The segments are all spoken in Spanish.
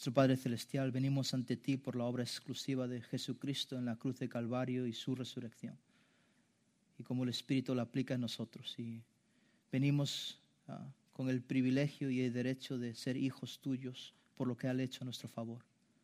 Nuestro Padre Celestial, venimos ante ti por la obra exclusiva de Jesucristo en la cruz de Calvario y su resurrección. Y como el Espíritu lo aplica en nosotros. Y venimos con el privilegio y el derecho de ser hijos tuyos por lo que Él ha hecho a nuestro favor.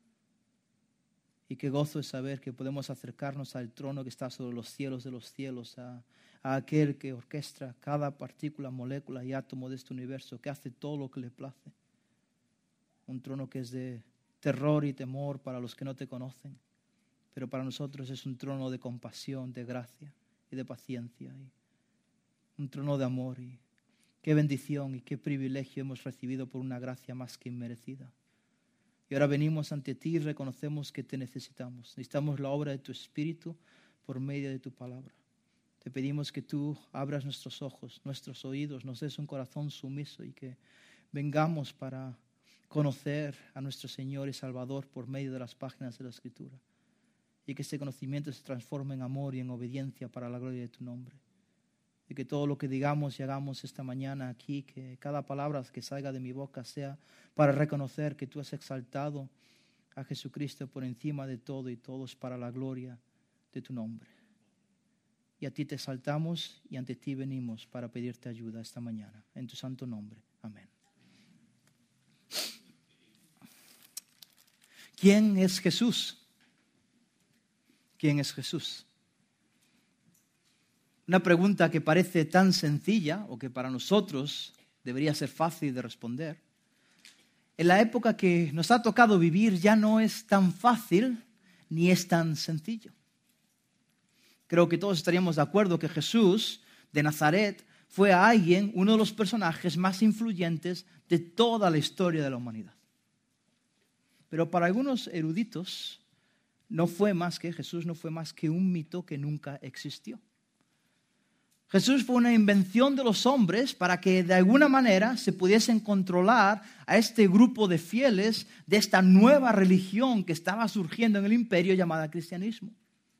Y qué gozo es saber que podemos acercarnos al trono que está sobre los cielos de los cielos, a aquel que orquestra cada partícula, molécula y átomo de este universo, que hace todo lo que le place. Un trono que es de terror y temor para los que no te conocen, pero para nosotros es un trono de compasión, de gracia y de paciencia, y un trono de amor. Y qué bendición y qué privilegio hemos recibido por una gracia más que inmerecida. Y ahora venimos ante ti y reconocemos que te necesitamos. Necesitamos la obra de tu Espíritu por medio de tu palabra. Te pedimos que tú abras nuestros ojos, nuestros oídos, nos des un corazón sumiso y que vengamos para conocer a nuestro Señor y Salvador por medio de las páginas de la Escritura. Y que este conocimiento se transforme en amor y en obediencia para la gloria de tu nombre. Y que todo lo que digamos y hagamos esta mañana aquí, que cada palabra que salga de mi boca sea para reconocer que tú has exaltado a Jesucristo por encima de todo y todos para la gloria de tu nombre. Y a ti te exaltamos y ante ti venimos para pedirte ayuda esta mañana. En tu santo nombre. Amén. ¿Quién es Jesús? ¿Quién es Jesús? Una pregunta que parece tan sencilla o que para nosotros debería ser fácil de responder. En la época que nos ha tocado vivir ya no es tan fácil ni es tan sencillo. Creo que todos estaríamos de acuerdo que Jesús de Nazaret fue uno de los personajes más influyentes de toda la historia de la humanidad. Pero para algunos eruditos Jesús no fue más que un mito que nunca existió. Jesús fue una invención de los hombres para que de alguna manera se pudiesen controlar a este grupo de fieles de esta nueva religión que estaba surgiendo en el imperio llamada cristianismo.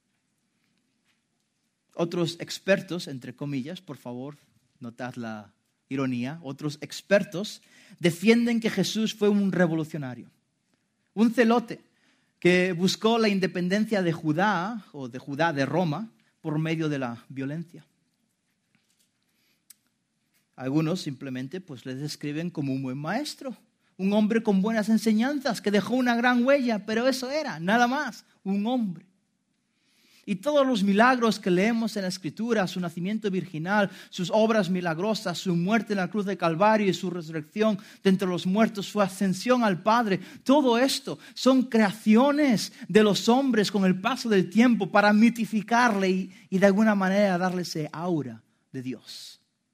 Otros expertos, entre comillas, por favor, notad la ironía, otros expertos defienden que Jesús fue un revolucionario, un celote que buscó la independencia de Judá de Roma por medio de la violencia. Algunos simplemente le describen como un buen maestro, un hombre con buenas enseñanzas que dejó una gran huella, pero eso era, nada más, un hombre. Y todos los milagros que leemos en la Escritura, su nacimiento virginal, sus obras milagrosas, su muerte en la cruz de Calvario y su resurrección de entre los muertos, su ascensión al Padre, todo esto son creaciones de los hombres con el paso del tiempo para mitificarle y de alguna manera darle ese aura de Dios.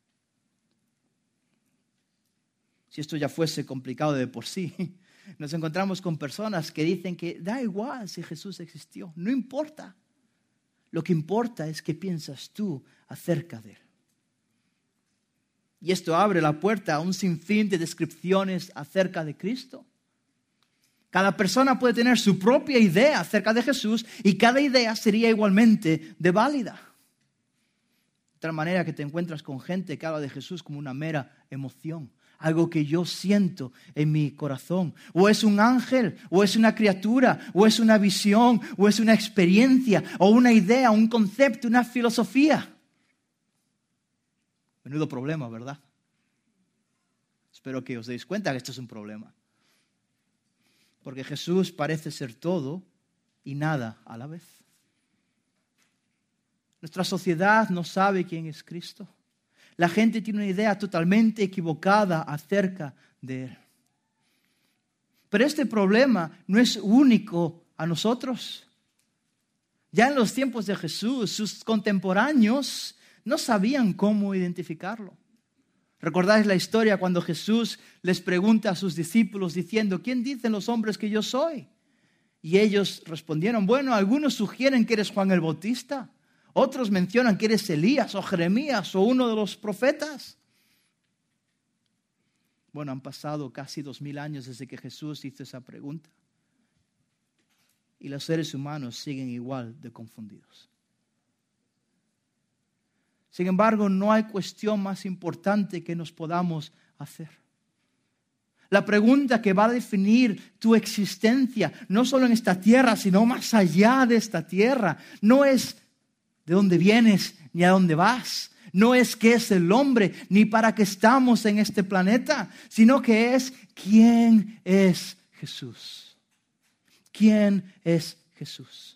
Si esto ya fuese complicado de por sí, nos encontramos con personas que dicen que da igual si Jesús existió, no importa. Lo que importa es qué piensas tú acerca de él. Y esto abre la puerta a un sinfín de descripciones acerca de Cristo. Cada persona puede tener su propia idea acerca de Jesús y cada idea sería igualmente de válida. De tal manera que te encuentras con gente que habla de Jesús como una mera emoción. Algo que yo siento en mi corazón. O es un ángel, o es una criatura, o es una visión, o es una experiencia, o una idea, un concepto, una filosofía. Menudo problema, ¿verdad? Espero que os deis cuenta que esto es un problema. Porque Jesús parece ser todo y nada a la vez. Nuestra sociedad no sabe quién es Cristo. La gente tiene una idea totalmente equivocada acerca de él. Pero este problema no es único a nosotros. Ya en los tiempos de Jesús, sus contemporáneos no sabían cómo identificarlo. ¿Recordáis la historia cuando Jesús les pregunta a sus discípulos diciendo, ¿quién dicen los hombres que yo soy? Y ellos respondieron, bueno, algunos sugieren que eres Juan el Bautista. Otros mencionan que eres Elías o Jeremías o uno de los profetas. Bueno, han pasado casi 2000 años desde que Jesús hizo esa pregunta. Y los seres humanos siguen igual de confundidos. Sin embargo, no hay cuestión más importante que nos podamos hacer. La pregunta que va a definir tu existencia, no solo en esta tierra, sino más allá de esta tierra, no es de dónde vienes ni a dónde vas. No es qué es el hombre, ni para qué estamos en este planeta, sino que es quién es Jesús. ¿Quién es Jesús?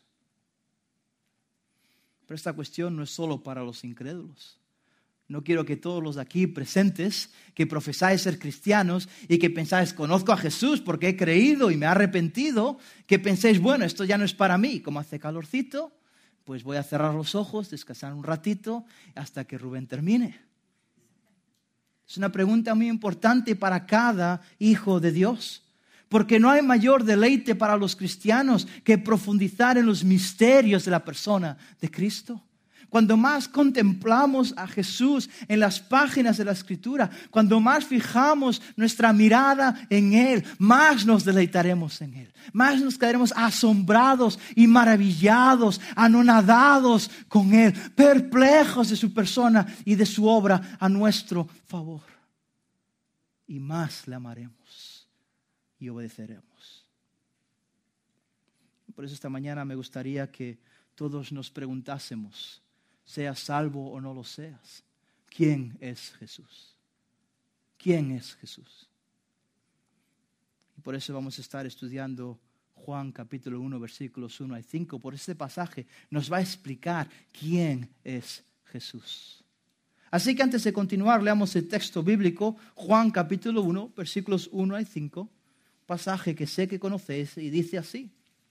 Pero esta cuestión no es solo para los incrédulos. No quiero que todos los aquí presentes, que profesáis ser cristianos y que pensáis, conozco a Jesús porque he creído y me he arrepentido, que penséis, bueno, esto ya no es para mí, como hace calorcito, pues voy a cerrar los ojos, descansar un ratito hasta que Rubén termine. Es una pregunta muy importante para cada hijo de Dios, porque no hay mayor deleite para los cristianos que profundizar en los misterios de la persona de Cristo. Cuando más contemplamos a Jesús en las páginas de la Escritura, cuando más fijamos nuestra mirada en Él, más nos deleitaremos en Él. Más nos quedaremos asombrados y maravillados, anonadados con Él, perplejos de su persona y de su obra a nuestro favor. Y más le amaremos y obedeceremos. Por eso esta mañana me gustaría que todos nos preguntásemos, seas salvo o no lo seas, ¿quién es Jesús? ¿Quién es Jesús? Y por eso vamos a estar estudiando Juan capítulo 1, versículos 1 al 5. Por este pasaje nos va a explicar quién es Jesús. Así que antes de continuar, leamos el texto bíblico, Juan capítulo 1, versículos 1 al 5, pasaje que sé que conocéis y dice así.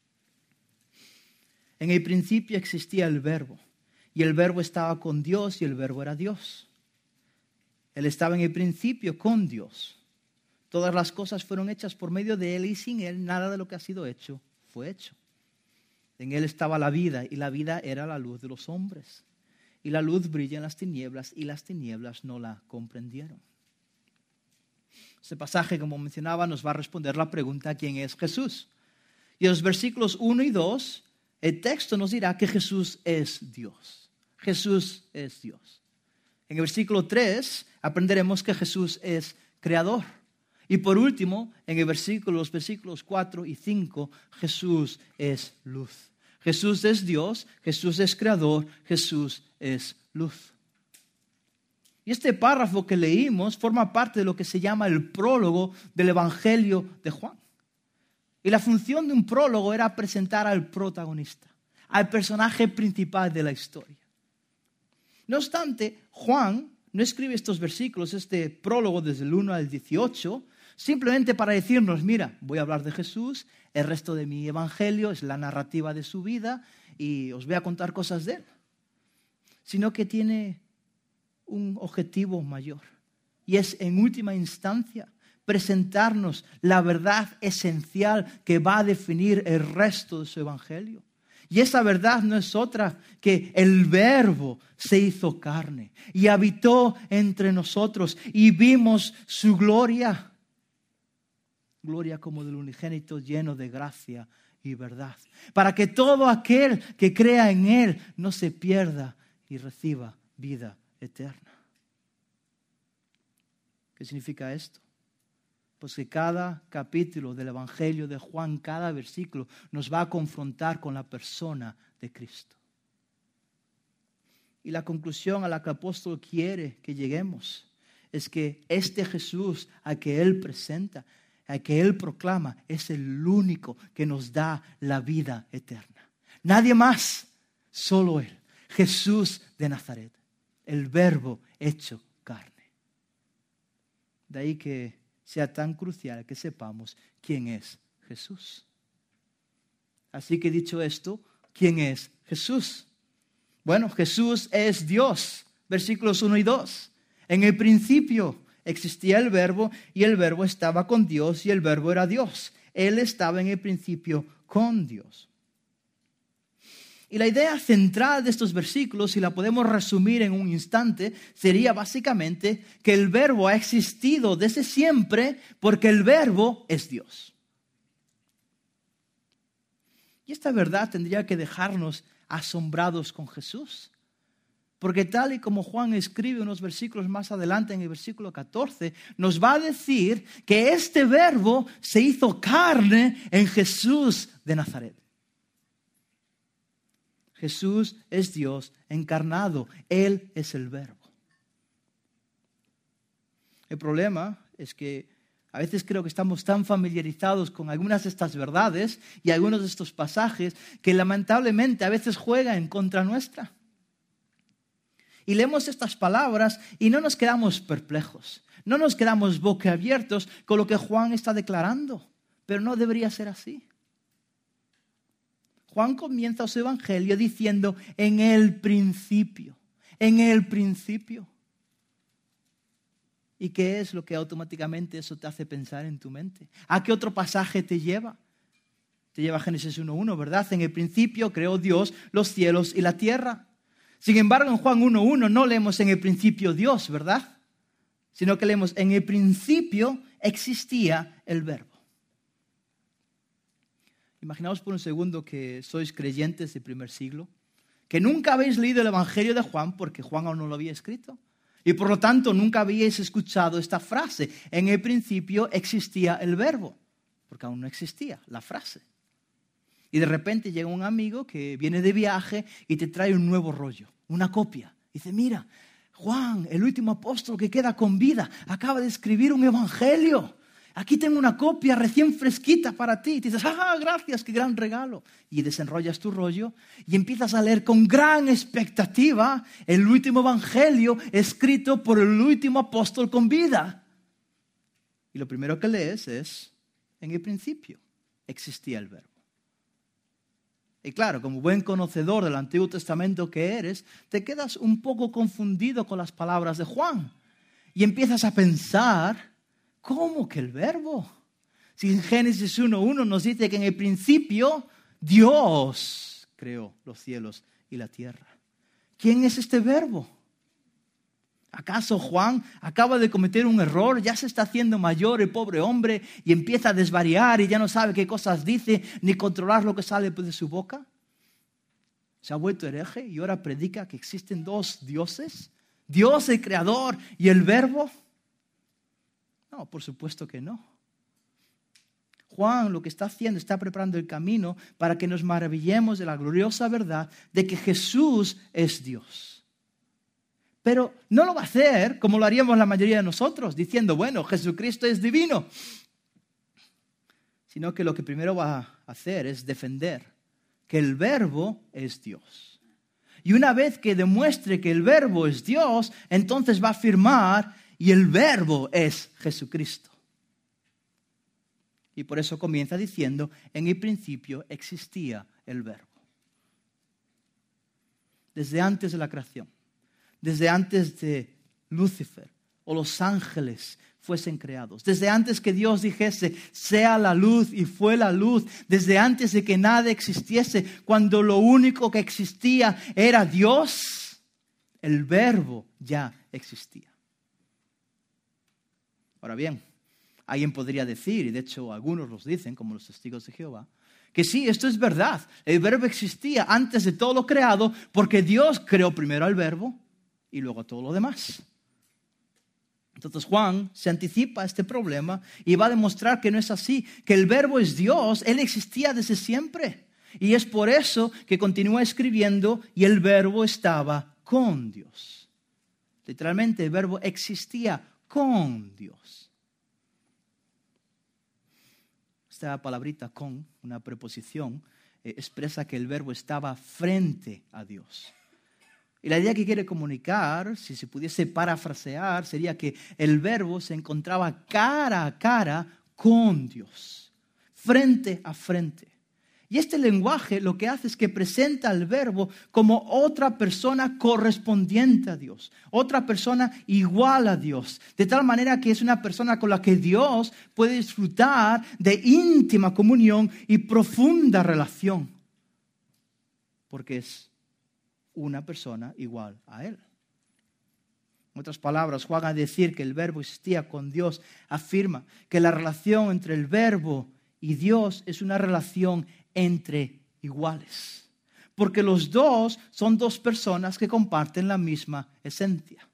En el principio existía el Verbo, y el Verbo estaba con Dios, y el Verbo era Dios. Él estaba en el principio con Dios. Todas las cosas fueron hechas por medio de Él, y sin Él nada de lo que ha sido hecho fue hecho. En Él estaba la vida, y la vida era la luz de los hombres. Y la luz brilla en las tinieblas, y las tinieblas no la comprendieron. Este pasaje, como mencionaba, nos va a responder la pregunta ¿quién es Jesús? Y en los versículos 1 y 2, el texto nos dirá que Jesús es Dios. Jesús es Dios. En el versículo 3 aprenderemos que Jesús es creador. Y por último, en los versículos 4 y 5, Jesús es luz. Jesús es Dios, Jesús es creador, Jesús es luz. Y este párrafo que leímos forma parte de lo que se llama el prólogo del Evangelio de Juan. Y la función de un prólogo era presentar al protagonista, al personaje principal de la historia. No obstante, Juan no escribe estos versículos, este prólogo desde el 1 al 18, simplemente para decirnos, mira, voy a hablar de Jesús, el resto de mi evangelio es la narrativa de su vida y os voy a contar cosas de Él. Sino que tiene un objetivo mayor y es, en última instancia, presentarnos la verdad esencial que va a definir el resto de su evangelio. Y esa verdad no es otra que el Verbo se hizo carne y habitó entre nosotros y vimos su gloria. Gloria como del unigénito lleno de gracia y verdad. Para que todo aquel que crea en Él no se pierda y reciba vida eterna. ¿Qué significa esto? Pues que cada capítulo del Evangelio de Juan, cada versículo, nos va a confrontar con la persona de Cristo. Y la conclusión a la que el apóstol quiere que lleguemos es que este Jesús a que Él presenta, a que Él proclama, es el único que nos da la vida eterna. Nadie más, solo Él, Jesús de Nazaret, el Verbo hecho carne. De ahí que sea tan crucial que sepamos quién es Jesús. Así que dicho esto, ¿quién es Jesús? Bueno, Jesús es Dios. Versículos 1 y 2. En el principio existía el Verbo y el Verbo estaba con Dios y el Verbo era Dios. Él estaba en el principio con Dios. Y la idea central de estos versículos, si la podemos resumir en un instante, sería básicamente que el Verbo ha existido desde siempre porque el Verbo es Dios. Y esta verdad tendría que dejarnos asombrados con Jesús. Porque tal y como Juan escribe unos versículos más adelante, en el versículo 14, nos va a decir que este verbo se hizo carne en Jesús de Nazaret. Jesús es Dios encarnado. Él es el verbo. El problema es que a veces creo que estamos tan familiarizados con algunas de estas verdades y algunos de estos pasajes que lamentablemente a veces juega en contra nuestra. Y leemos estas palabras y no nos quedamos perplejos, no nos quedamos boquiabiertos con lo que Juan está declarando, pero no debería ser así. Juan comienza su evangelio diciendo en el principio, en el principio. ¿Y qué es lo que automáticamente eso te hace pensar en tu mente? ¿A qué otro pasaje te lleva? Te lleva a Génesis 1:1, ¿verdad? En el principio creó Dios los cielos y la tierra. Sin embargo, en Juan 1:1 no leemos en el principio Dios, ¿verdad? Sino que leemos en el principio existía el verbo. Imaginaos por un segundo que sois creyentes del primer siglo, que nunca habéis leído el Evangelio de Juan porque Juan aún no lo había escrito. Y por lo tanto nunca habíais escuchado esta frase. En el principio existía el verbo, porque aún no existía la frase. Y de repente llega un amigo que viene de viaje y te trae un nuevo rollo, una copia. Dice, mira, Juan, el último apóstol que queda con vida, acaba de escribir un evangelio. Aquí tengo una copia recién fresquita para ti. Y te dices, gracias, qué gran regalo. Y desenrollas tu rollo y empiezas a leer con gran expectativa el último evangelio escrito por el último apóstol con vida. Y lo primero que lees es, en el principio existía el verbo. Y claro, como buen conocedor del Antiguo Testamento que eres, te quedas un poco confundido con las palabras de Juan. Y empiezas a pensar, ¿cómo que el verbo? Si en Génesis 1:1 nos dice que en el principio Dios creó los cielos y la tierra. ¿Quién es este verbo? ¿Acaso Juan acaba de cometer un error? Ya se está haciendo mayor el pobre hombre y empieza a desvariar y ya no sabe qué cosas dice ni controlar lo que sale de su boca. ¿Se ha vuelto hereje y ahora predica que existen dos dioses? ¿Dios el creador y el verbo? No, por supuesto que no. Juan lo que está haciendo, está preparando el camino para que nos maravillemos de la gloriosa verdad de que Jesús es Dios. Pero no lo va a hacer como lo haríamos la mayoría de nosotros, diciendo, bueno, Jesucristo es divino. Sino que lo que primero va a hacer es defender que el verbo es Dios. Y una vez que demuestre que el verbo es Dios, entonces va a afirmar, y el verbo es Jesucristo. Y por eso comienza diciendo, en el principio existía el verbo. Desde antes de la creación. Desde antes de Lucifer o los ángeles fuesen creados. Desde antes que Dios dijese, sea la luz y fue la luz. Desde antes de que nada existiese, cuando lo único que existía era Dios, el verbo ya existía. Ahora bien, alguien podría decir, y de hecho algunos los dicen, como los testigos de Jehová, que sí, esto es verdad. El verbo existía antes de todo lo creado porque Dios creó primero al verbo y luego todo lo demás. Entonces Juan se anticipa a este problema y va a demostrar que no es así, que el verbo es Dios, Él existía desde siempre. Y es por eso que continúa escribiendo y el verbo estaba con Dios. Literalmente el verbo existía con Dios. Esta palabrita con, una preposición, expresa que el verbo estaba frente a Dios. Y la idea que quiere comunicar, si se pudiese parafrasear, sería que el verbo se encontraba cara a cara con Dios, frente a frente. Y este lenguaje lo que hace es que presenta al verbo como otra persona correspondiente a Dios, otra persona igual a Dios, de tal manera que es una persona con la que Dios puede disfrutar de íntima comunión y profunda relación, porque es una persona igual a Él. En otras palabras, Juan, al decir que el verbo existía con Dios, afirma que la relación entre el verbo y Dios es una relación entre iguales. porque los dos son dos personas que comparten la misma esencia.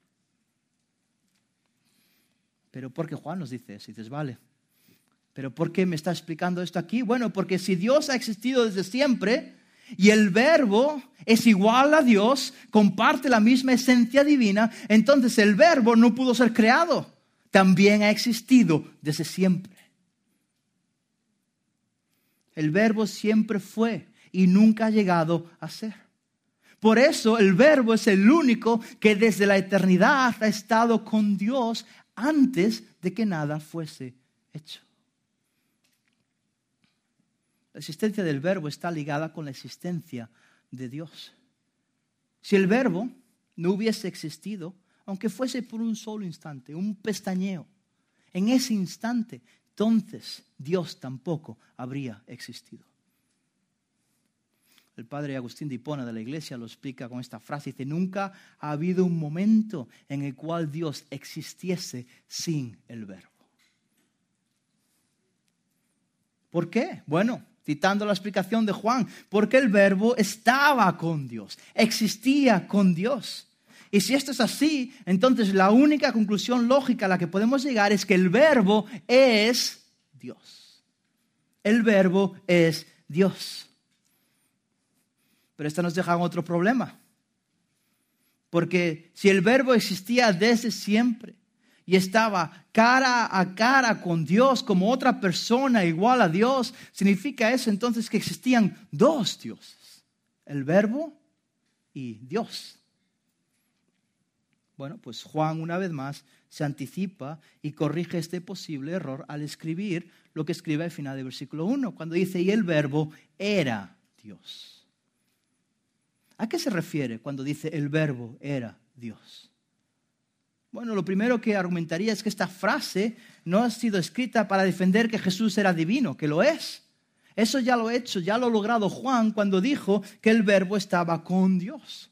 Pero ¿por qué Juan nos dice eso? Y dices, vale, ¿pero por qué me está explicando esto aquí? Bueno, porque si Dios ha existido desde siempre y el Verbo es igual a Dios, comparte la misma esencia divina, entonces el Verbo no pudo ser creado, también ha existido desde siempre. El Verbo siempre fue y nunca ha llegado a ser. Por eso el Verbo es el único que desde la eternidad ha estado con Dios antes de que nada fuese hecho. La existencia del Verbo está ligada con la existencia de Dios. Si el Verbo no hubiese existido, aunque fuese por un solo instante, un pestañeo, en ese instante, entonces Dios tampoco habría existido. El padre Agustín de Hipona de la Iglesia lo explica con esta frase. Dice, nunca ha habido un momento en el cual Dios existiese sin el Verbo. ¿Por qué? Bueno, citando la explicación de Juan, porque el Verbo estaba con Dios, existía con Dios. Y si esto es así, entonces la única conclusión lógica a la que podemos llegar es que el Verbo es Dios. El Verbo es Dios. Pero esto nos deja otro problema. Porque si el Verbo existía desde siempre y estaba cara a cara con Dios como otra persona igual a Dios, significa eso entonces que existían dos dioses, el Verbo y Dios. Bueno, pues Juan una vez más se anticipa y corrige este posible error al escribir lo que escribe al final del versículo 1, cuando dice, y el Verbo era Dios. ¿A qué se refiere cuando dice el Verbo era Dios? Bueno, lo primero que argumentaría es que esta frase no ha sido escrita para defender que Jesús era divino, que lo es. Eso ya lo ha hecho, ya lo ha logrado Juan cuando dijo que el Verbo estaba con Dios.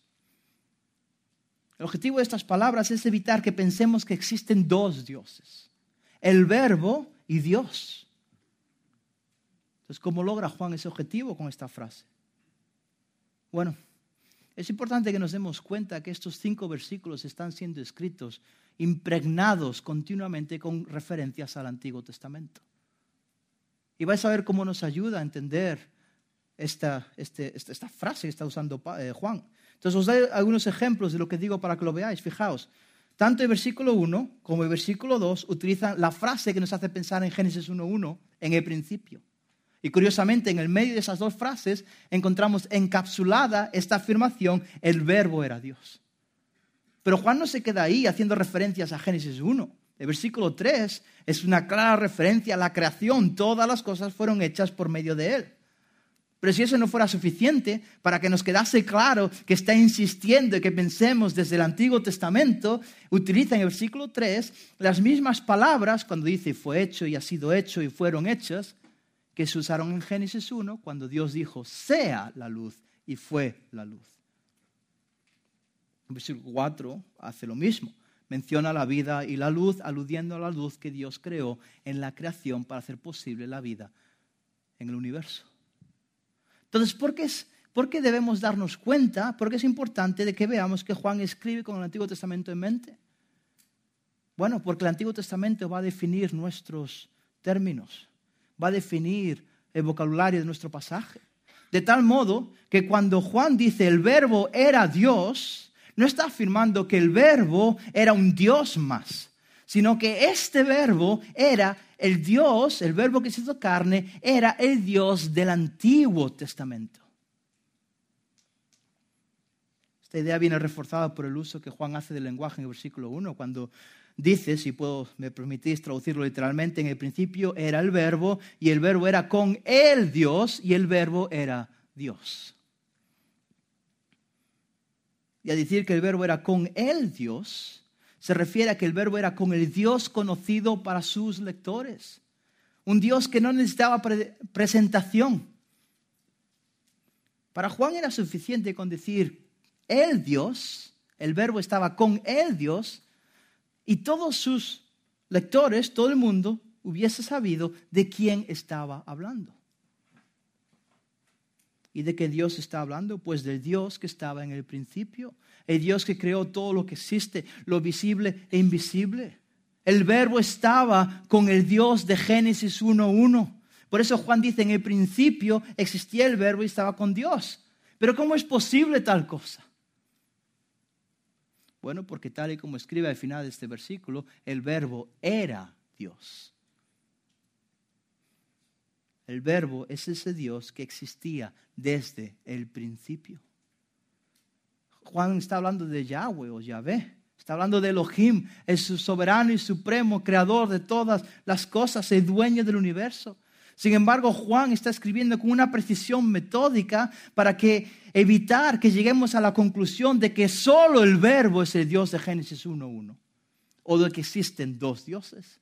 El objetivo de estas palabras es evitar que pensemos que existen dos dioses, el Verbo y Dios. Entonces, ¿cómo logra Juan ese objetivo con esta frase? Bueno, es importante que nos demos cuenta que estos 5 versículos están siendo escritos, impregnados continuamente con referencias al Antiguo Testamento. Y vais a ver cómo nos ayuda a entender esta frase que está usando Juan. Entonces os doy algunos ejemplos de lo que digo para que lo veáis. Fijaos, tanto el versículo 1 como el versículo 2 utilizan la frase que nos hace pensar en Génesis 1:1, en el principio. Y curiosamente, en el medio de esas dos frases encontramos encapsulada esta afirmación, el Verbo era Dios. Pero Juan no se queda ahí haciendo referencias a Génesis 1. El versículo 3 es una clara referencia a la creación. Todas las cosas fueron hechas por medio de Él. Pero si eso no fuera suficiente, para que nos quedase claro que está insistiendo y que pensemos desde el Antiguo Testamento, utiliza en el versículo 3 las mismas palabras cuando dice fue hecho y ha sido hecho y fueron hechas, que se usaron en Génesis 1 cuando Dios dijo sea la luz y fue la luz. El versículo 4 hace lo mismo. Menciona la vida y la luz, aludiendo a la luz que Dios creó en la creación para hacer posible la vida en el universo. Entonces, ¿por qué debemos darnos cuenta? Porque es importante de que veamos que Juan escribe con el Antiguo Testamento en mente. Bueno, porque el Antiguo Testamento va a definir nuestros términos, va a definir el vocabulario de nuestro pasaje. De tal modo que cuando Juan dice el Verbo era Dios, no está afirmando que el Verbo era un Dios más, sino que este Verbo era el Dios, el Verbo que se hizo carne, era el Dios del Antiguo Testamento. Esta idea viene reforzada por el uso que Juan hace del lenguaje en el versículo 1, cuando dice, si me permitís traducirlo literalmente, en el principio era el Verbo, y el Verbo era con el Dios, y el Verbo era Dios. Y a decir que el Verbo era con el Dios, se refiere a que el Verbo era con el Dios conocido para sus lectores. Un Dios que no necesitaba presentación. Para Juan era suficiente con decir el Dios, el Verbo estaba con el Dios, y todos sus lectores, todo el mundo, hubiese sabido de quién estaba hablando. ¿Y de qué Dios está hablando? Pues del Dios que estaba en el principio, el Dios que creó todo lo que existe, lo visible e invisible. El Verbo estaba con el Dios de Génesis 1:1. Por eso Juan dice, en el principio existía el Verbo y estaba con Dios. Pero ¿cómo es posible tal cosa? Bueno, porque tal y como escribe al final de este versículo, el Verbo era Dios. El Verbo es ese Dios que existía desde el principio. Juan está hablando de Yahweh o Yahvé. Está hablando de Elohim, el soberano y supremo creador de todas las cosas, el dueño del universo. Sin embargo, Juan está escribiendo con una precisión metódica para evitar que lleguemos a la conclusión de que solo el Verbo es el Dios de Génesis 1:1 o de que existen dos dioses.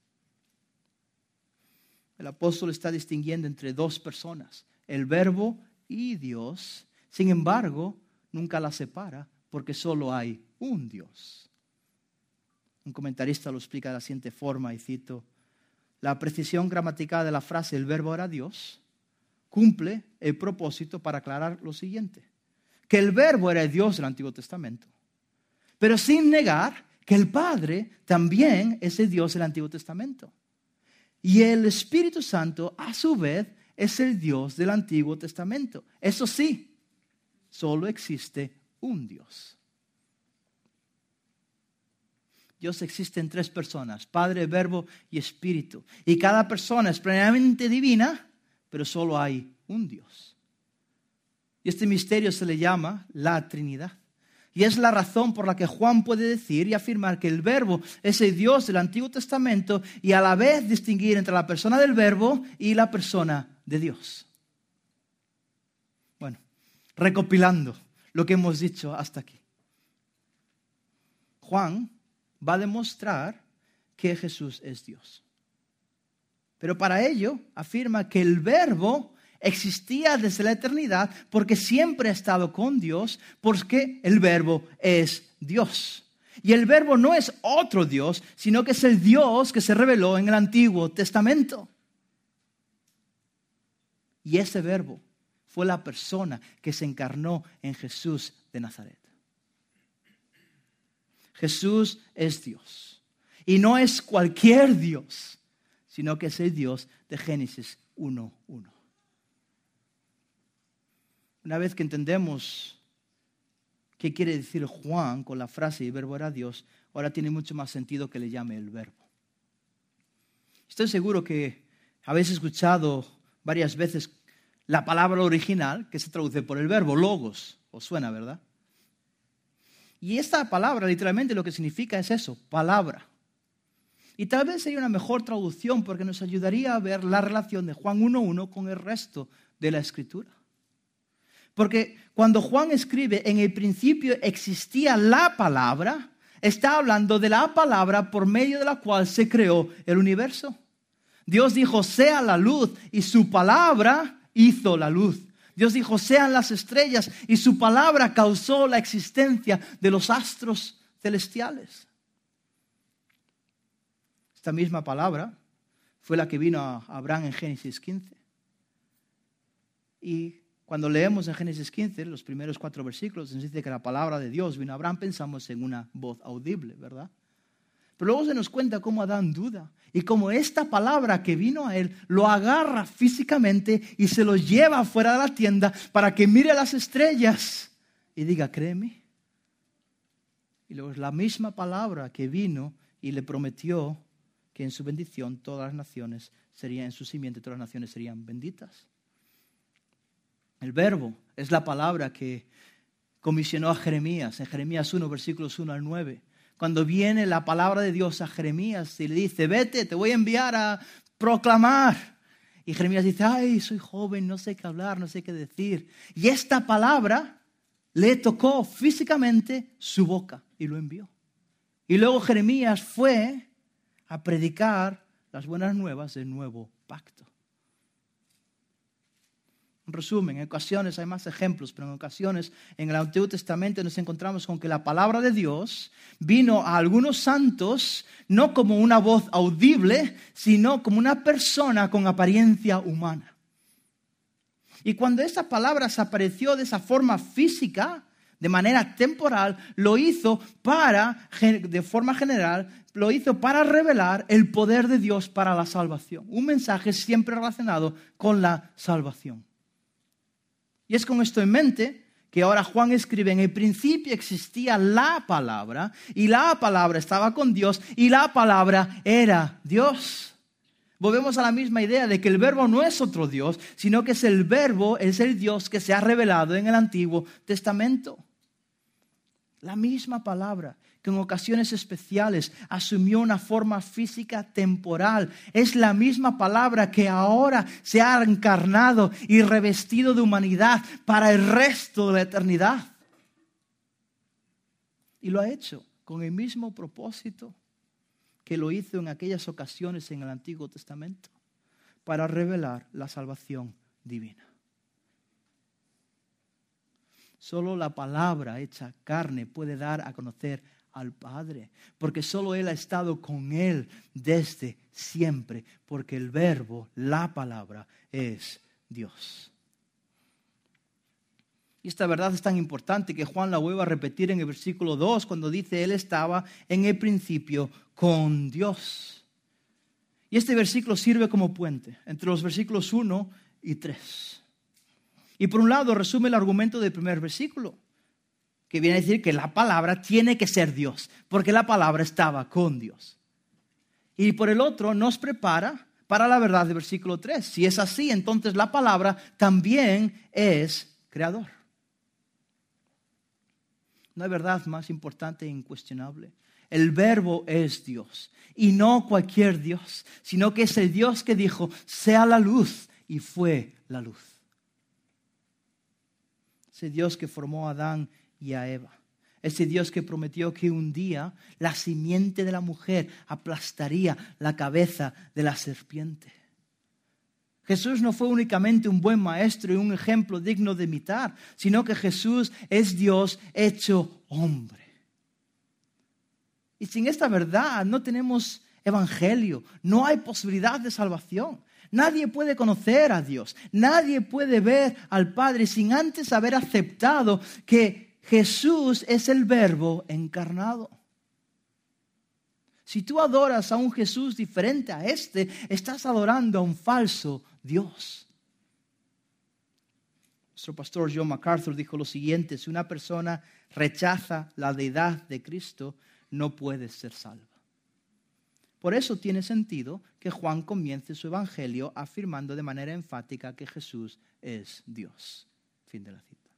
El apóstol está distinguiendo entre dos personas, el Verbo y Dios. Sin embargo, nunca las separa porque solo hay un Dios. Un comentarista lo explica de la siguiente forma, y cito: la precisión gramatical de la frase el Verbo era Dios cumple el propósito para aclarar lo siguiente: que el Verbo era el Dios del Antiguo Testamento, pero sin negar que el Padre también es el Dios del Antiguo Testamento. Y el Espíritu Santo, a su vez, es el Dios del Antiguo Testamento. Eso sí, solo existe un Dios. Dios existe en tres personas, Padre, Verbo y Espíritu. Y cada persona es plenamente divina, pero solo hay un Dios. Y este misterio se le llama la Trinidad. Y es la razón por la que Juan puede decir y afirmar que el Verbo es el Dios del Antiguo Testamento y a la vez distinguir entre la persona del Verbo y la persona de Dios. Bueno, recopilando lo que hemos dicho hasta aquí. Juan va a demostrar que Jesús es Dios. Pero para ello afirma que el Verbo existía desde la eternidad porque siempre ha estado con Dios, porque el Verbo es Dios. Y el Verbo no es otro Dios, sino que es el Dios que se reveló en el Antiguo Testamento. Y ese Verbo fue la persona que se encarnó en Jesús de Nazaret. Jesús es Dios. Y no es cualquier Dios, sino que es el Dios de Génesis 1:1. Una vez que entendemos qué quiere decir Juan con la frase el Verbo era Dios, ahora tiene mucho más sentido que le llame el Verbo. Estoy seguro que habéis escuchado varias veces la palabra original que se traduce por el verbo, logos. ¿Os suena, verdad? Y esta palabra literalmente lo que significa es eso, palabra. Y tal vez sería una mejor traducción porque nos ayudaría a ver la relación de Juan 1:1 con el resto de la Escritura. Porque cuando Juan escribe, en el principio existía la palabra, está hablando de la palabra por medio de la cual se creó el universo. Dios dijo, sea la luz, y su palabra hizo la luz. Dios dijo, sean las estrellas, y su palabra causó la existencia de los astros celestiales. Esta misma palabra fue la que vino a Abraham en Génesis 15. Y cuando leemos en Génesis 15, los primeros 4 versículos, nos dice que la palabra de Dios vino a Abraham, pensamos en una voz audible, ¿verdad? Pero luego se nos cuenta cómo Adán duda y cómo esta palabra que vino a él lo agarra físicamente y se lo lleva fuera de la tienda para que mire las estrellas y diga, créeme. Y luego es la misma palabra que vino y le prometió que en su bendición todas las naciones serían, en su simiente todas las naciones serían benditas. El Verbo es la palabra que comisionó a Jeremías, en Jeremías 1, versículos 1 al 9. Cuando viene la palabra de Dios a Jeremías y le dice, vete, te voy a enviar a proclamar. Y Jeremías dice, ay, soy joven, no sé qué hablar, no sé qué decir. Y esta palabra le tocó físicamente su boca y lo envió. Y luego Jeremías fue a predicar las buenas nuevas del nuevo pacto. En resumen, en ocasiones hay más ejemplos, pero en ocasiones en el Antiguo Testamento nos encontramos con que la palabra de Dios vino a algunos santos no como una voz audible, sino como una persona con apariencia humana. Y cuando esa palabra se apareció de esa forma física, de manera temporal, lo hizo de forma general, lo hizo para revelar el poder de Dios para la salvación. Un mensaje siempre relacionado con la salvación. Y es con esto en mente que ahora Juan escribe: en el principio existía la palabra, y la palabra estaba con Dios, y la palabra era Dios. Volvemos a la misma idea de que el verbo no es otro Dios, sino que es el verbo, es el Dios que se ha revelado en el Antiguo Testamento. La misma palabra que en ocasiones especiales asumió una forma física temporal. Es la misma palabra que ahora se ha encarnado y revestido de humanidad para el resto de la eternidad. Y lo ha hecho con el mismo propósito que lo hizo en aquellas ocasiones en el Antiguo Testamento, para revelar la salvación divina. Solo la palabra hecha carne puede dar a conocer al Padre, porque solo Él ha estado con Él desde siempre, porque el verbo, la palabra, es Dios. Y esta verdad es tan importante que Juan la vuelve a repetir en el versículo 2, cuando dice: Él estaba en el principio con Dios. Y este versículo sirve como puente entre los versículos 1 y 3. Y por un lado resume el argumento del primer versículo, que viene a decir que la palabra tiene que ser Dios, porque la palabra estaba con Dios. Y por el otro nos prepara para la verdad del versículo 3. Si es así, entonces la palabra también es creador. No hay verdad más importante e incuestionable. El verbo es Dios, y no cualquier Dios, sino que es el Dios que dijo: sea la luz, y fue la luz. Ese Dios que formó a Adán y a Eva. Ese Dios que prometió que un día la simiente de la mujer aplastaría la cabeza de la serpiente. Jesús no fue únicamente un buen maestro y un ejemplo digno de imitar, sino que Jesús es Dios hecho hombre. Y sin esta verdad no tenemos evangelio, no hay posibilidad de salvación. Nadie puede conocer a Dios, nadie puede ver al Padre sin antes haber aceptado que Jesús es el Verbo encarnado. Si tú adoras a un Jesús diferente a este, estás adorando a un falso Dios. Nuestro pastor John MacArthur dijo lo siguiente: si una persona rechaza la deidad de Cristo, no puede ser salva. Por eso tiene sentido que Juan comience su evangelio afirmando de manera enfática que Jesús es Dios. Fin de la cita.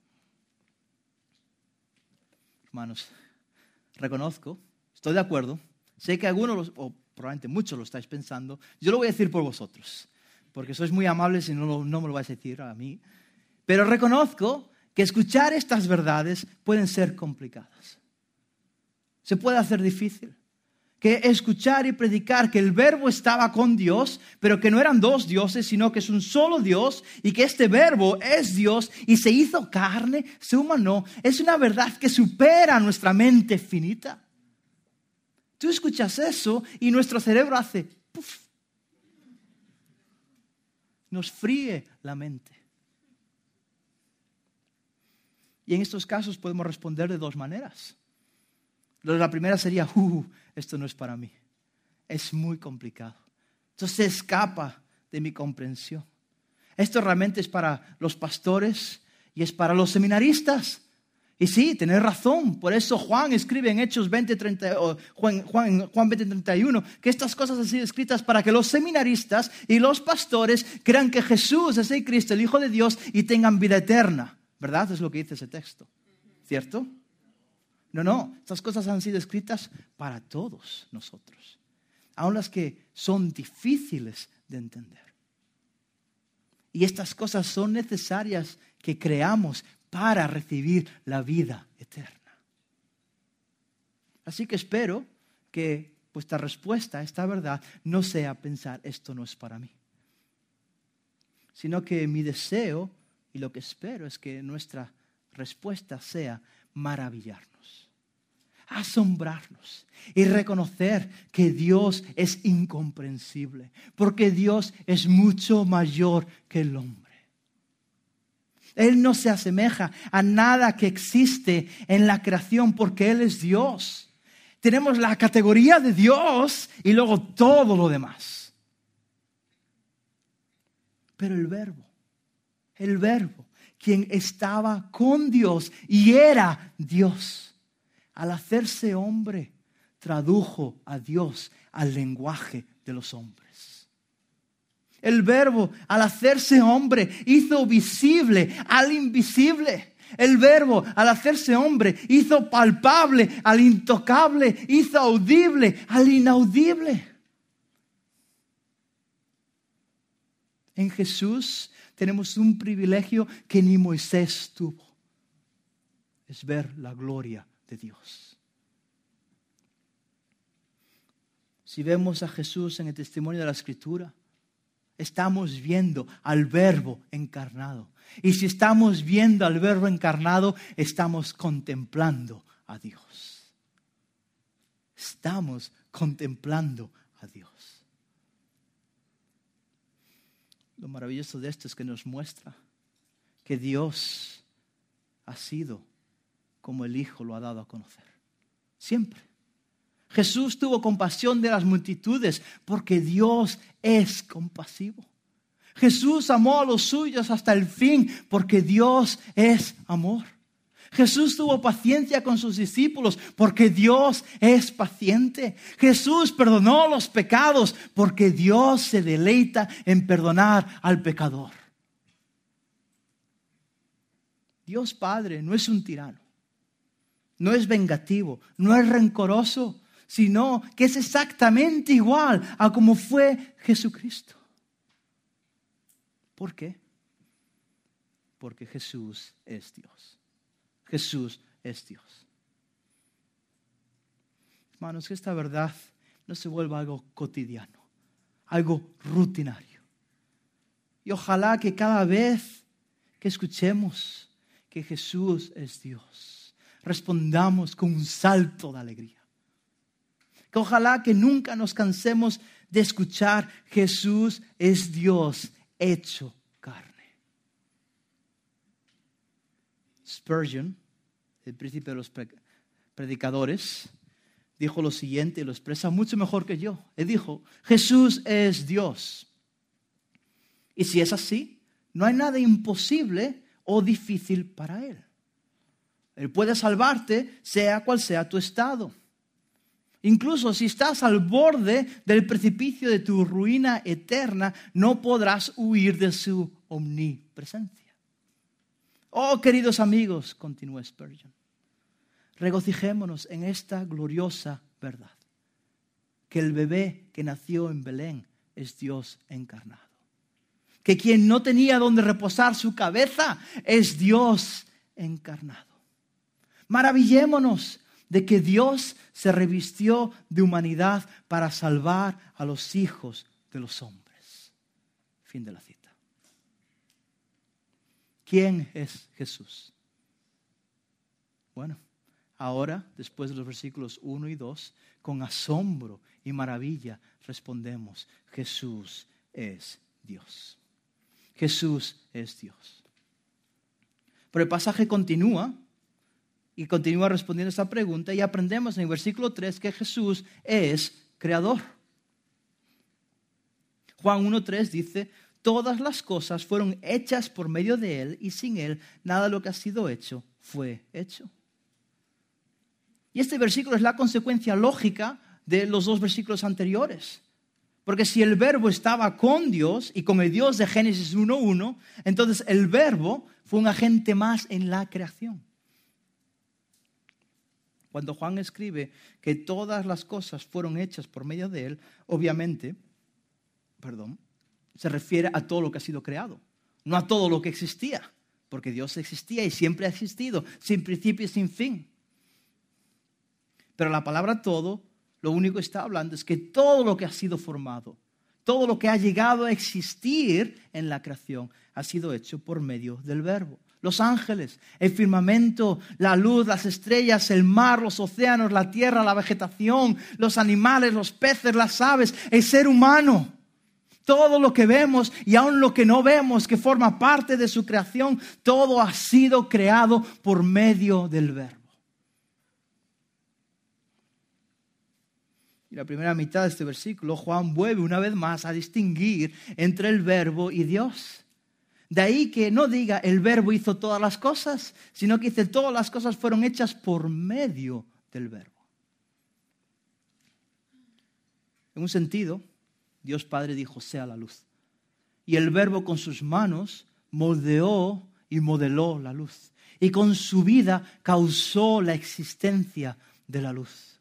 Hermanos, reconozco, estoy de acuerdo, sé que algunos, o probablemente muchos lo estáis pensando, yo lo voy a decir por vosotros, porque sois muy amables y no me lo vais a decir a mí, pero reconozco que escuchar estas verdades pueden ser complicadas. Se puede hacer difícil. Que escuchar y predicar que el verbo estaba con Dios, pero que no eran dos dioses, sino que es un solo Dios, y que este verbo es Dios y se hizo carne, se humanó, es una verdad que supera nuestra mente finita. Tú escuchas eso y nuestro cerebro hace puff. Nos fríe la mente. Y en estos casos podemos responder de dos maneras. La primera sería: esto no es para mí. Es muy complicado. Esto se escapa de mi comprensión. Esto realmente es para los pastores y es para los seminaristas. Y sí, tenés razón. Por eso Juan escribe en Hechos 20:30, Juan 20:31, que estas cosas han sido escritas para que los seminaristas y los pastores crean que Jesús es el Cristo, el Hijo de Dios, y tengan vida eterna. ¿Verdad? Es lo que dice ese texto. ¿Cierto? No, estas cosas han sido escritas para todos nosotros, aun las que son difíciles de entender. Y estas cosas son necesarias que creamos para recibir la vida eterna. Así que espero que vuestra respuesta a esta verdad no sea pensar: esto no es para mí, sino que mi deseo y lo que espero es que nuestra respuesta sea maravillarnos, asombrarnos y reconocer que Dios es incomprensible, porque Dios es mucho mayor que el hombre. Él no se asemeja a nada que existe en la creación porque Él es Dios. Tenemos la categoría de Dios y luego todo lo demás. Pero el Verbo, quien estaba con Dios y era Dios, al hacerse hombre, tradujo a Dios al lenguaje de los hombres. El Verbo, al hacerse hombre, hizo visible al invisible. El Verbo, al hacerse hombre, hizo palpable al intocable, hizo audible al inaudible. En Jesús tenemos un privilegio que ni Moisés tuvo. Es ver la gloria de Dios. Si vemos a Jesús en el testimonio de la Escritura, estamos viendo al Verbo encarnado. Y si estamos viendo al Verbo encarnado, estamos contemplando a Dios. Estamos contemplando a Dios. Lo maravilloso de esto es que nos muestra que Dios ha sido como el Hijo lo ha dado a conocer. Siempre. Jesús tuvo compasión de las multitudes porque Dios es compasivo. Jesús amó a los suyos hasta el fin porque Dios es amor. Jesús tuvo paciencia con sus discípulos porque Dios es paciente. Jesús perdonó los pecados porque Dios se deleita en perdonar al pecador. Dios Padre no es un tirano, no es vengativo, no es rencoroso, sino que es exactamente igual a como fue Jesucristo. ¿Por qué? Porque Jesús es Dios. Jesús es Dios. Hermanos, que esta verdad no se vuelva algo cotidiano, algo rutinario. Y ojalá que cada vez que escuchemos que Jesús es Dios, respondamos con un salto de alegría. Que ojalá que nunca nos cansemos de escuchar Jesús es Dios hecho carne. Spurgeon, el príncipe de los predicadores, dijo lo siguiente y lo expresa mucho mejor que yo. Él dijo, Jesús es Dios. Y si es así, no hay nada imposible o difícil para Él. Él puede salvarte, sea cual sea tu estado. Incluso si estás al borde del precipicio de tu ruina eterna, no podrás huir de su omnipresencia. Oh, queridos amigos, continuó Spurgeon, regocijémonos en esta gloriosa verdad, que el bebé que nació en Belén es Dios encarnado. Que quien no tenía donde reposar su cabeza es Dios encarnado. Maravillémonos de que Dios se revistió de humanidad para salvar a los hijos de los hombres. Fin de la cita. ¿Quién es Jesús? Bueno, ahora, después de los versículos 1 y 2, con asombro y maravilla respondemos, Jesús es Dios. Jesús es Dios. Pero el pasaje continúa y continúa respondiendo esta pregunta y aprendemos en el versículo 3 que Jesús es creador. Juan 1:3 dice, todas las cosas fueron hechas por medio de Él y sin Él nada de lo que ha sido hecho fue hecho. Y este versículo es la consecuencia lógica de los dos versículos anteriores. Porque si el Verbo estaba con Dios y con el Dios de Génesis 1:1, entonces el Verbo fue un agente más en la creación. Cuando Juan escribe que todas las cosas fueron hechas por medio de Él, obviamente, se refiere a todo lo que ha sido creado, no a todo lo que existía, porque Dios existía y siempre ha existido, sin principio y sin fin. Pero la palabra todo, lo único que está hablando es que todo lo que ha sido formado, todo lo que ha llegado a existir en la creación, ha sido hecho por medio del Verbo. Los ángeles, el firmamento, la luz, las estrellas, el mar, los océanos, la tierra, la vegetación, los animales, los peces, las aves, el ser humano. Todo lo que vemos y aun lo que no vemos, que forma parte de su creación, todo ha sido creado por medio del Verbo. Y la primera mitad de este versículo, Juan vuelve una vez más a distinguir entre el Verbo y Dios. De ahí que no diga el Verbo hizo todas las cosas, sino que dice todas las cosas fueron hechas por medio del Verbo. En un sentido, Dios Padre dijo, sea la luz. Y el Verbo con sus manos moldeó y modeló la luz. Y con su vida causó la existencia de la luz.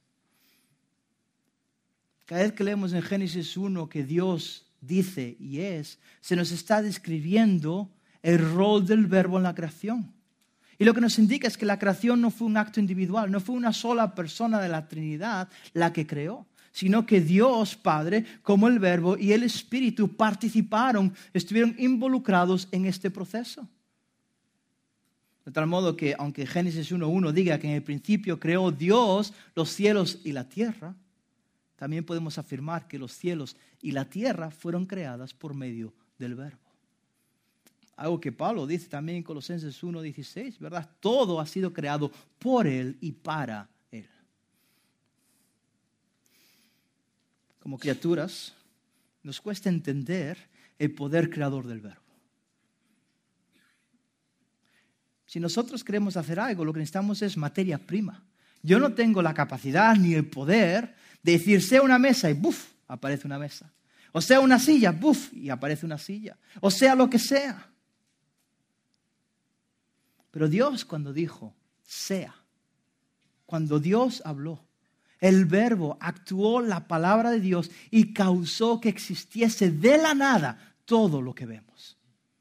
Cada vez que leemos en Génesis 1 que Dios dice y es, se nos está describiendo el rol del Verbo en la creación. Y lo que nos indica es que la creación no fue un acto individual, no fue una sola persona de la Trinidad la que creó, sino que Dios Padre, como el Verbo y el Espíritu participaron, estuvieron involucrados en este proceso. De tal modo que, aunque Génesis 1:1 diga que en el principio creó Dios los cielos y la tierra, también podemos afirmar que los cielos y la tierra fueron creadas por medio del Verbo. Algo que Pablo dice también en Colosenses 1:16, ¿verdad? Todo ha sido creado por Él y para Él. Como criaturas, nos cuesta entender el poder creador del Verbo. Si nosotros queremos hacer algo, lo que necesitamos es materia prima. Yo no tengo la capacidad ni el poder de decir, sea una mesa y ¡buf! Aparece una mesa. O sea una silla, ¡buf! Y aparece una silla. O sea lo que sea. Pero Dios cuando dijo, sea, cuando Dios habló, el Verbo actuó la palabra de Dios y causó que existiese de la nada todo lo que vemos.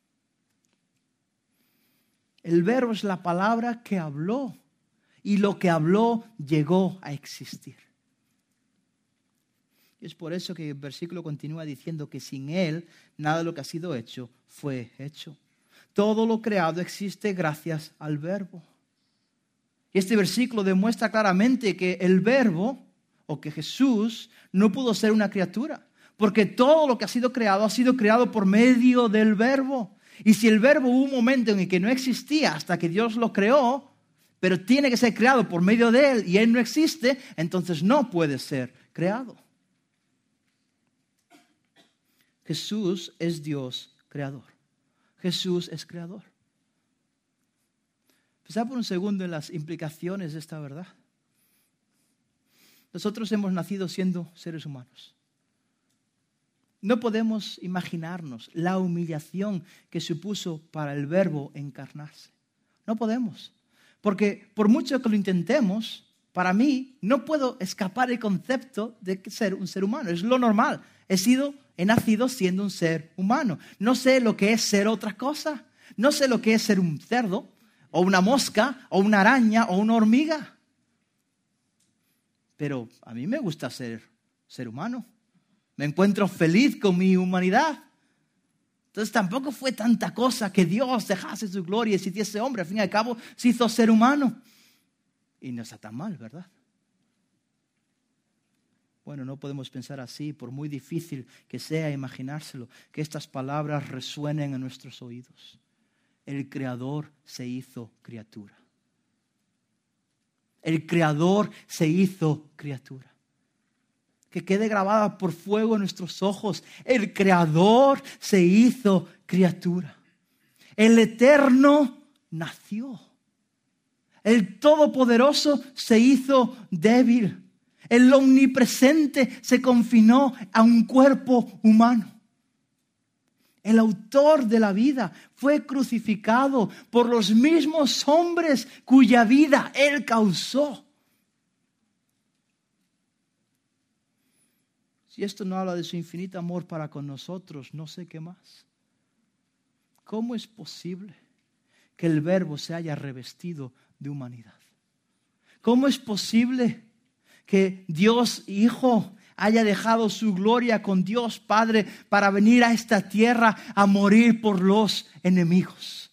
El Verbo es la palabra que habló y lo que habló llegó a existir. Y es por eso que el versículo continúa diciendo que sin Él nada de lo que ha sido hecho fue hecho. Todo lo creado existe gracias al Verbo. Y este versículo demuestra claramente que el Verbo, o que Jesús, no pudo ser una criatura. Porque todo lo que ha sido creado por medio del Verbo. Y si el Verbo hubo un momento en el que no existía hasta que Dios lo creó, pero tiene que ser creado por medio de Él y Él no existe, entonces no puede ser creado. Jesús es Dios creador. Jesús es creador. Pensad por un segundo en las implicaciones de esta verdad. Nosotros hemos nacido siendo seres humanos. No podemos imaginarnos la humillación que supuso para el Verbo encarnarse. No podemos. Porque por mucho que lo intentemos, para mí no puedo escapar el concepto de ser un ser humano. Es lo normal. He nacido siendo un ser humano. No sé lo que es ser otra cosa. No sé lo que es ser un cerdo, o una mosca, o una araña, o una hormiga. Pero a mí me gusta ser humano. Me encuentro feliz con mi humanidad. Entonces tampoco fue tanta cosa que Dios dejase su gloria y se hiciese hombre. Al fin y al cabo se hizo ser humano. Y no está tan mal, ¿verdad? Bueno, no podemos pensar así, por muy difícil que sea imaginárselo, que estas palabras resuenen en nuestros oídos. El Creador se hizo criatura. El Creador se hizo criatura. Que quede grabada por fuego en nuestros ojos. El Creador se hizo criatura. El Eterno nació. El Todopoderoso se hizo débil. El Omnipresente se confinó a un cuerpo humano. El autor de la vida fue crucificado por los mismos hombres cuya vida Él causó. Si esto no habla de su infinito amor para con nosotros, no sé qué más. ¿Cómo es posible que el Verbo se haya revestido de humanidad? ¿Cómo es posible que Dios Hijo haya dejado su gloria con Dios Padre para venir a esta tierra a morir por los enemigos?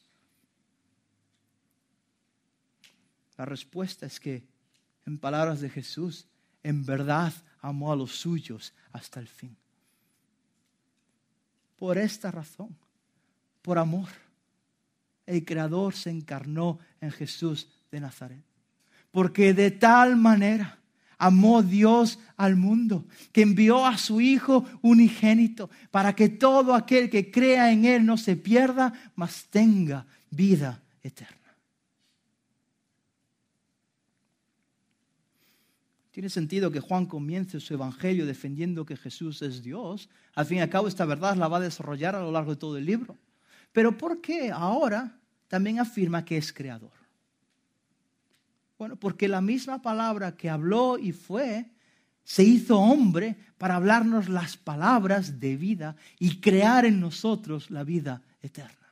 La respuesta es que, en palabras de Jesús, en verdad amó a los suyos hasta el fin. Por esta razón, por amor, el Creador se encarnó en Jesús de Nazaret. Porque de tal manera amó Dios al mundo, que envió a su Hijo unigénito, para que todo aquel que crea en Él no se pierda, mas tenga vida eterna. Tiene sentido que Juan comience su evangelio defendiendo que Jesús es Dios. Al fin y al cabo, esta verdad la va a desarrollar a lo largo de todo el libro. Pero ¿por qué ahora también afirma que es creador? Bueno, porque la misma palabra que habló y fue, se hizo hombre para hablarnos las palabras de vida y crear en nosotros la vida eterna.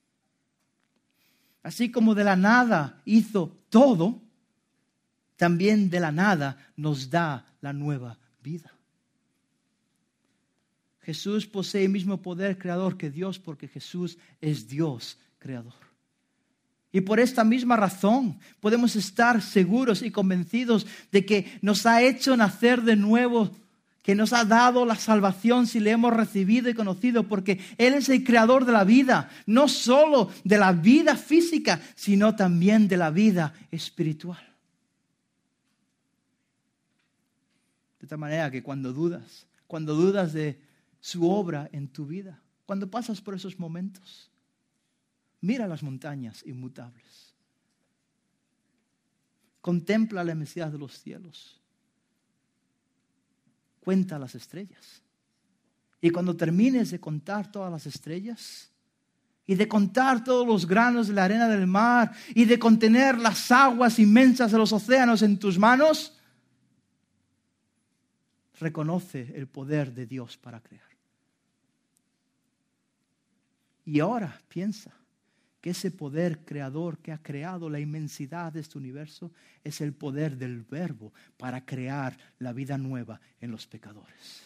Así como de la nada hizo todo, también de la nada nos da la nueva vida. Jesús posee el mismo poder creador que Dios porque Jesús es Dios creador. Y por esta misma razón podemos estar seguros y convencidos de que nos ha hecho nacer de nuevo, que nos ha dado la salvación si le hemos recibido y conocido, porque Él es el creador de la vida, no solo de la vida física, sino también de la vida espiritual. De tal manera que cuando dudas de su obra en tu vida, cuando pasas por esos momentos, mira las montañas inmutables. Contempla la inmensidad de los cielos. Cuenta las estrellas. Y cuando termines de contar todas las estrellas y de contar todos los granos de la arena del mar y de contener las aguas inmensas de los océanos en tus manos, reconoce el poder de Dios para crear. Y ahora piensa que ese poder creador que ha creado la inmensidad de este universo es el poder del Verbo para crear la vida nueva en los pecadores.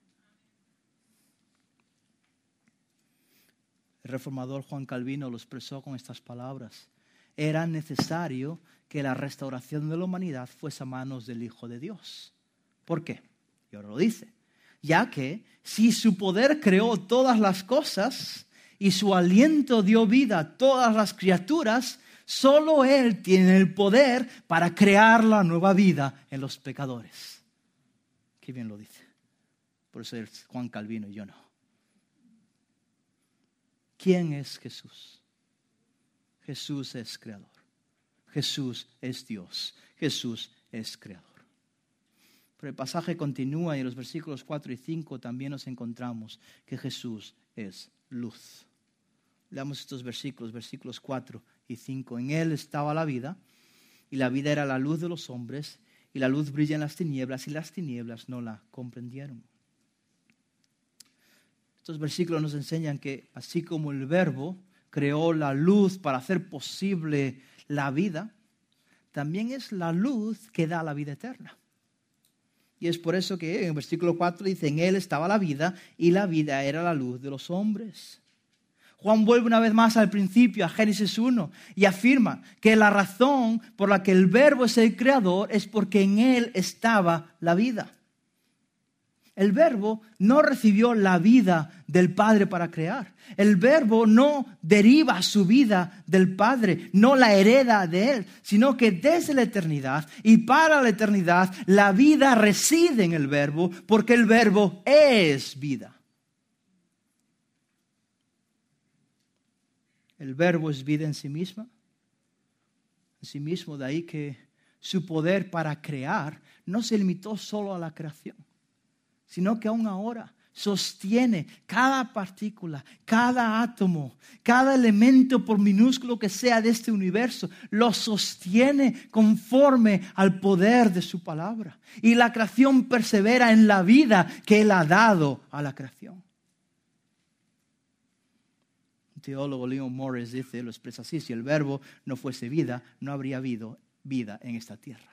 El reformador Juan Calvino lo expresó con estas palabras: era necesario que la restauración de la humanidad fuese a manos del Hijo de Dios. ¿Por qué? Y ahora lo dice: ya que si su poder creó todas las cosas y su aliento dio vida a todas las criaturas, solo Él tiene el poder para crear la nueva vida en los pecadores. Qué bien lo dice. Por eso es Juan Calvino y yo no. ¿Quién es Jesús? Jesús es creador. Jesús es Dios. Jesús es creador. Pero el pasaje continúa y en los versículos 4 y 5 también nos encontramos que Jesús es luz. Leamos estos versículos 4 y 5. En Él estaba la vida, y la vida era la luz de los hombres, y la luz brilla en las tinieblas, y las tinieblas no la comprendieron. Estos versículos nos enseñan que así como el Verbo creó la luz para hacer posible la vida, también es la luz que da la vida eterna. Y es por eso que en el versículo 4 dice: en Él estaba la vida y la vida era la luz de los hombres. Juan vuelve una vez más al principio, a Génesis 1, y afirma que la razón por la que el Verbo es el creador es porque en Él estaba la vida. El Verbo no recibió la vida del Padre para crear. El Verbo no deriva su vida del Padre, no la hereda de Él, sino que desde la eternidad y para la eternidad la vida reside en el Verbo, porque el Verbo es vida. El Verbo es vida en sí misma. En sí mismo, de ahí que su poder para crear no se limitó solo a la creación, sino que aún ahora sostiene cada partícula, cada átomo, cada elemento, por minúsculo que sea de este universo, lo sostiene conforme al poder de su palabra. Y la creación persevera en la vida que Él ha dado a la creación. Un teólogo, Leon Morris, lo expresa así: si el Verbo no fuese vida, no habría habido vida en esta tierra.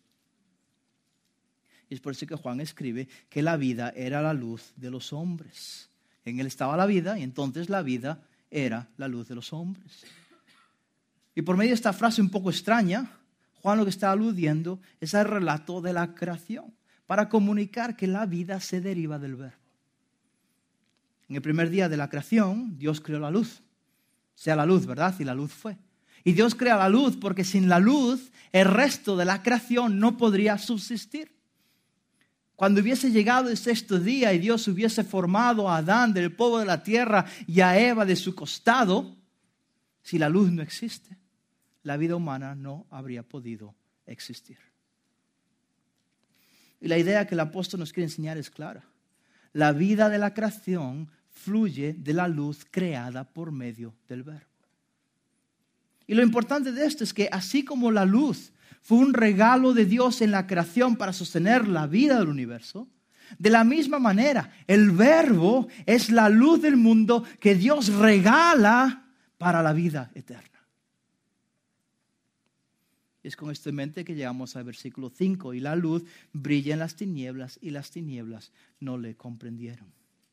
Y es por eso que Juan escribe que la vida era la luz de los hombres. En Él estaba la vida y entonces la vida era la luz de los hombres. Y por medio de esta frase un poco extraña, Juan lo que está aludiendo es al relato de la creación, para comunicar que la vida se deriva del Verbo. En el primer día de la creación, Dios creó la luz. Sea la luz, ¿verdad? Y la luz fue. Y Dios crea la luz porque sin la luz el resto de la creación no podría subsistir. Cuando hubiese llegado el sexto día y Dios hubiese formado a Adán del polvo de la tierra y a Eva de su costado, si la luz no existe, la vida humana no habría podido existir. Y la idea que el apóstol nos quiere enseñar es clara. La vida de la creación fluye de la luz creada por medio del Verbo. Y lo importante de esto es que así como la luz fue un regalo de Dios en la creación para sostener la vida del universo, de la misma manera, el Verbo es la luz del mundo que Dios regala para la vida eterna. Es con esto en mente que llegamos al versículo 5. Y la luz brilla en las tinieblas y las tinieblas no le comprendieron.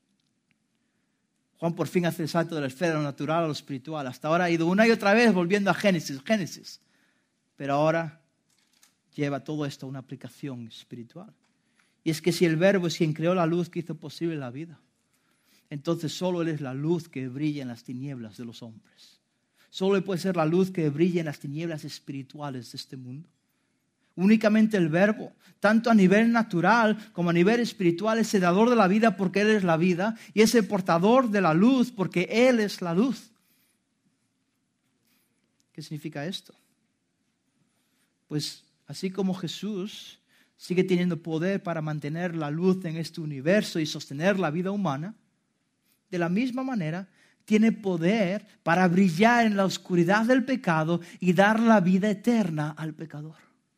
Juan por fin hace el salto de la esfera de lo natural a lo espiritual. Hasta ahora ha ido una y otra vez volviendo a Génesis. Pero ahora lleva todo esto a una aplicación espiritual. Y es que si el Verbo es quien creó la luz que hizo posible la vida, entonces solo Él es la luz que brilla en las tinieblas de los hombres. Solo Él puede ser la luz que brilla en las tinieblas espirituales de este mundo. Únicamente el Verbo, tanto a nivel natural como a nivel espiritual, es el dador de la vida porque Él es la vida y es el portador de la luz porque Él es la luz. ¿Qué significa esto? Pues así como Jesús sigue teniendo poder para mantener la luz en este universo y sostener la vida humana, de la misma manera tiene poder para brillar en la oscuridad del pecado y dar la vida eterna al pecador.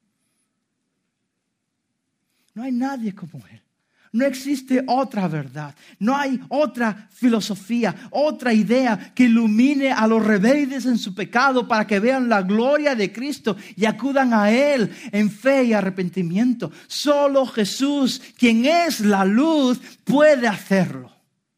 No hay nadie como Él. No existe otra verdad. No hay otra filosofía, otra idea que ilumine a los rebeldes en su pecado para que vean la gloria de Cristo y acudan a Él en fe y arrepentimiento. Solo Jesús, quien es la luz, puede hacerlo.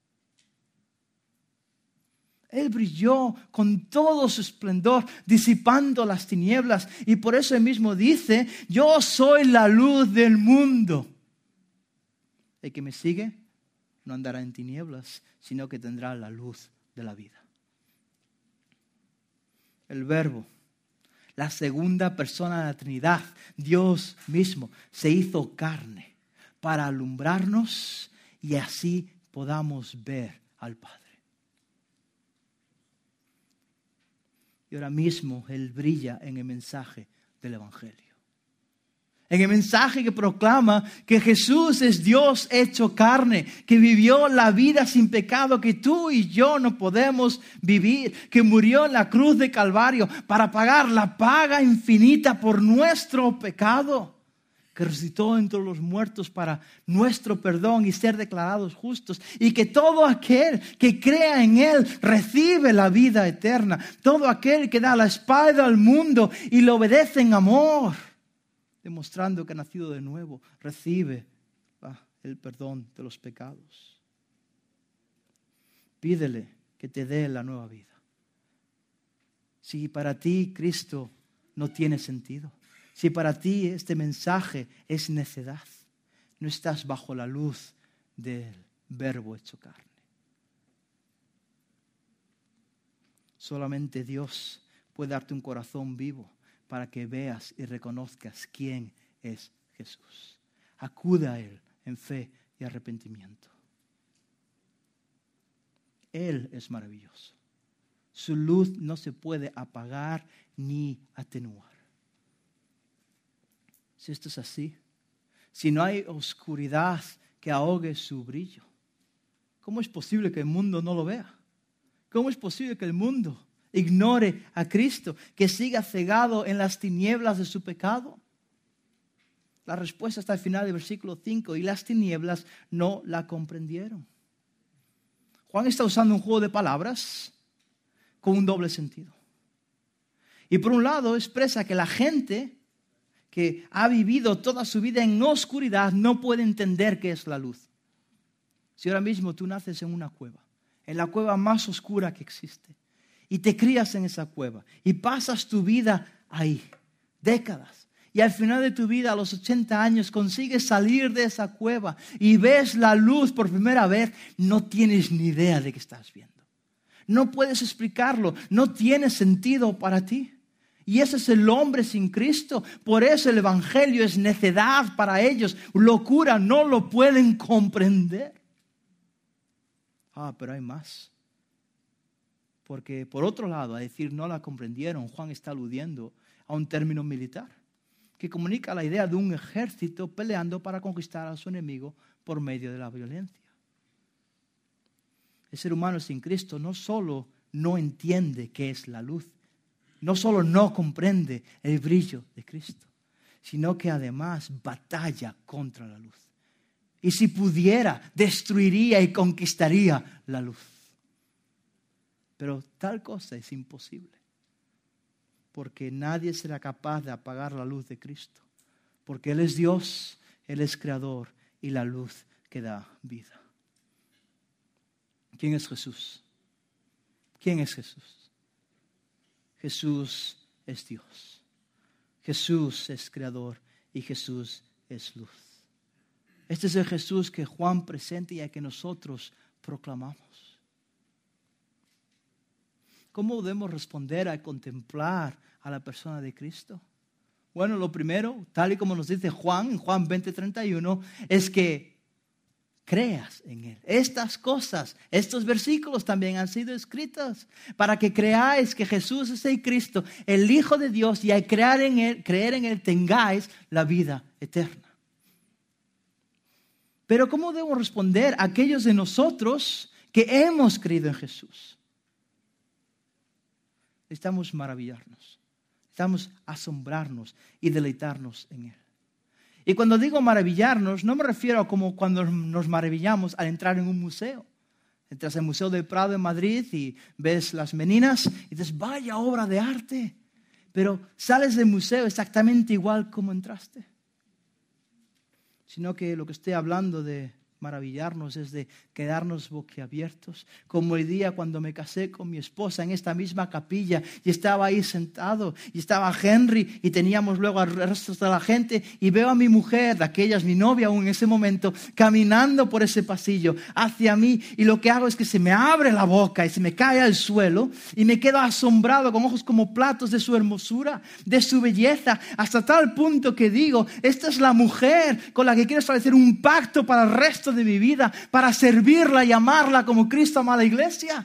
Él brilló con todo su esplendor, disipando las tinieblas. Y por eso Él mismo dice, yo soy la luz del mundo. El que me sigue no andará en tinieblas, sino que tendrá la luz de la vida. El Verbo, la segunda persona de la Trinidad, Dios mismo, se hizo carne para alumbrarnos y así podamos ver al Padre. Y ahora mismo Él brilla en el mensaje del Evangelio. En el mensaje que proclama que Jesús es Dios hecho carne, que vivió la vida sin pecado que tú y yo no podemos vivir, que murió en la cruz de Calvario para pagar la paga infinita por nuestro pecado, que resucitó entre los muertos para nuestro perdón y ser declarados justos, y que todo aquel que crea en Él recibe la vida eterna. Todo aquel que da la espalda al mundo y le obedece en amor, demostrando que ha nacido de nuevo, recibe el perdón de los pecados. Pídele que te dé la nueva vida. Si para ti Cristo no tiene sentido, si para ti este mensaje es necedad, no estás bajo la luz del Verbo hecho carne. Solamente Dios puede darte un corazón vivo para que veas y reconozcas quién es Jesús. Acuda a Él en fe y arrepentimiento. Él es maravilloso. Su luz no se puede apagar ni atenuar. Si esto es así, si no hay oscuridad que ahogue su brillo, ¿cómo es posible que el mundo no lo vea? ¿Cómo es posible que el mundo ignore a Cristo, que siga cegado en las tinieblas de su pecado? La respuesta está al final del versículo 5. Y las tinieblas no la comprendieron. Juan está usando un juego de palabras con un doble sentido. Y por un lado expresa que la gente que ha vivido toda su vida en oscuridad no puede entender qué es la luz. Si ahora mismo tú naces en una cueva, en la cueva más oscura que existe, y te crías en esa cueva y pasas tu vida ahí, décadas, y al final de tu vida, a los 80 años, consigues salir de esa cueva y ves la luz por primera vez, no tienes ni idea de qué estás viendo. No puedes explicarlo, no tiene sentido para ti. Y ese es el hombre sin Cristo. Por eso el evangelio es necedad para ellos, locura, no lo pueden comprender. Pero hay más. Porque por otro lado, a decir no la comprendieron, Juan está aludiendo a un término militar que comunica la idea de un ejército peleando para conquistar a su enemigo por medio de la violencia. El ser humano sin Cristo no solo no entiende qué es la luz, no solo no comprende el brillo de Cristo, sino que además batalla contra la luz. Y si pudiera, destruiría y conquistaría la luz. Pero tal cosa es imposible, porque nadie será capaz de apagar la luz de Cristo, porque Él es Dios, Él es creador y la luz que da vida. ¿Quién es Jesús? ¿Quién es Jesús? Jesús es Dios. Jesús es creador y Jesús es luz. Este es el Jesús que Juan presenta y a que nosotros proclamamos. ¿Cómo debemos responder al contemplar a la persona de Cristo? Bueno, lo primero, tal y como nos dice Juan, en Juan 20:31, es que creas en Él. Estas cosas, estos versículos también han sido escritos para que creáis que Jesús es el Cristo, el Hijo de Dios, y al creer en Él tengáis la vida eterna. Pero ¿cómo debemos responder a aquellos de nosotros que hemos creído en Jesús? Necesitamos maravillarnos, necesitamos asombrarnos y deleitarnos en Él. Y cuando digo maravillarnos, no me refiero a como cuando nos maravillamos al entrar en un museo. Entras al Museo del Prado en Madrid y ves las meninas y dices, vaya obra de arte. Pero sales del museo exactamente igual como entraste. Sino que lo que estoy hablando de maravillarnos es de quedarnos boquiabiertos, como el día cuando me casé con mi esposa en esta misma capilla y estaba ahí sentado y estaba Henry y teníamos luego al resto de la gente y veo a mi mujer, de aquellas mi novia aún en ese momento, caminando por ese pasillo hacia mí, y lo que hago es que se me abre la boca y se me cae al suelo y me quedo asombrado con ojos como platos de su hermosura, de su belleza, hasta tal punto que digo, esta es la mujer con la que quiero establecer un pacto para el resto de mi vida, para servirla y amarla como Cristo ama a la iglesia.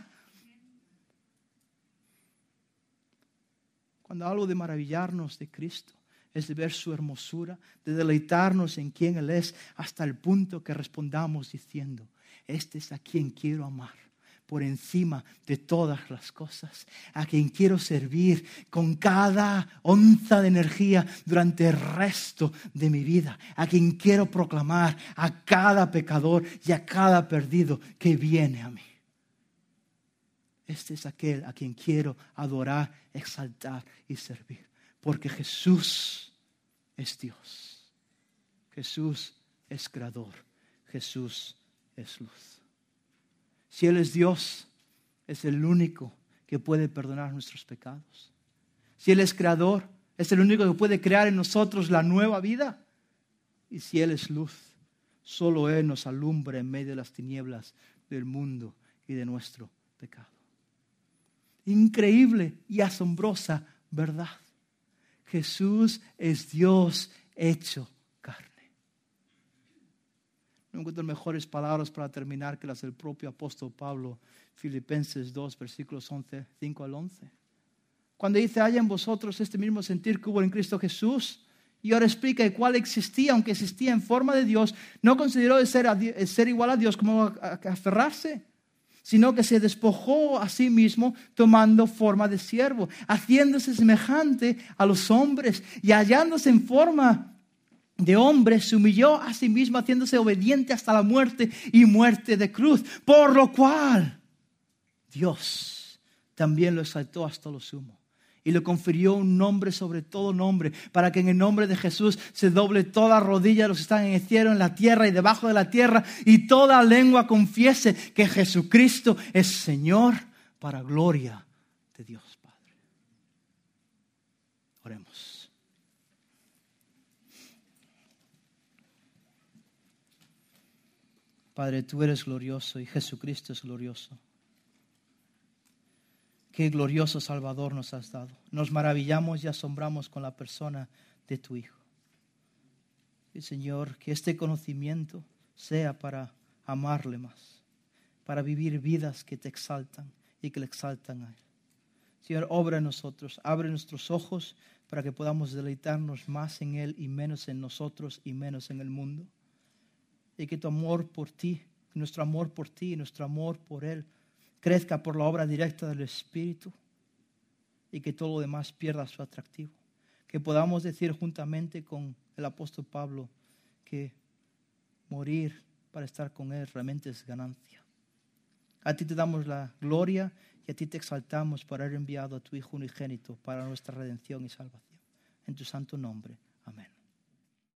Cuando hablo de maravillarnos de Cristo, es de ver su hermosura, de deleitarnos en quién Él es, hasta el punto que respondamos diciendo, este es a quien quiero amar por encima de todas las cosas, a quien quiero servir con cada onza de energía durante el resto de mi vida, a quien quiero proclamar a cada pecador y a cada perdido que viene a mí. Este es aquel a quien quiero adorar, exaltar y servir, porque Jesús es Dios, Jesús es creador, Jesús es luz. Si Él es Dios, es el único que puede perdonar nuestros pecados. Si Él es creador, es el único que puede crear en nosotros la nueva vida. Y si Él es luz, solo Él nos alumbra en medio de las tinieblas del mundo y de nuestro pecado. Increíble y asombrosa verdad. Jesús es Dios hecho carne. No encuentro mejores palabras para terminar que las del propio apóstol Pablo, Filipenses 2, versículos 5 al 11. Cuando dice, haya en vosotros este mismo sentir que hubo en Cristo Jesús, y ahora explica el cual existía, aunque existía en forma de Dios, no consideró el ser igual a Dios como a aferrarse, sino que se despojó a sí mismo tomando forma de siervo, haciéndose semejante a los hombres y hallándose en forma de hombre, se humilló a sí mismo, haciéndose obediente hasta la muerte y muerte de cruz. Por lo cual Dios también lo exaltó hasta lo sumo y le confirió un nombre sobre todo nombre, para que en el nombre de Jesús se doble toda rodilla de los que están en el cielo, en la tierra y debajo de la tierra, y toda lengua confiese que Jesucristo es Señor, para gloria de Dios Padre. Oremos. Padre, tú eres glorioso y Jesucristo es glorioso. Qué glorioso Salvador nos has dado. Nos maravillamos y asombramos con la persona de tu Hijo. Y Señor, que este conocimiento sea para amarle más, para vivir vidas que te exaltan y que le exaltan a Él. Señor, obra en nosotros, abre nuestros ojos para que podamos deleitarnos más en Él y menos en nosotros y menos en el mundo. Y que tu amor por ti, nuestro amor por ti y nuestro amor por Él crezca por la obra directa del Espíritu y que todo lo demás pierda su atractivo. Que podamos decir juntamente con el apóstol Pablo que morir para estar con Él realmente es ganancia. A ti te damos la gloria y a ti te exaltamos por haber enviado a tu Hijo unigénito para nuestra redención y salvación. En tu santo nombre.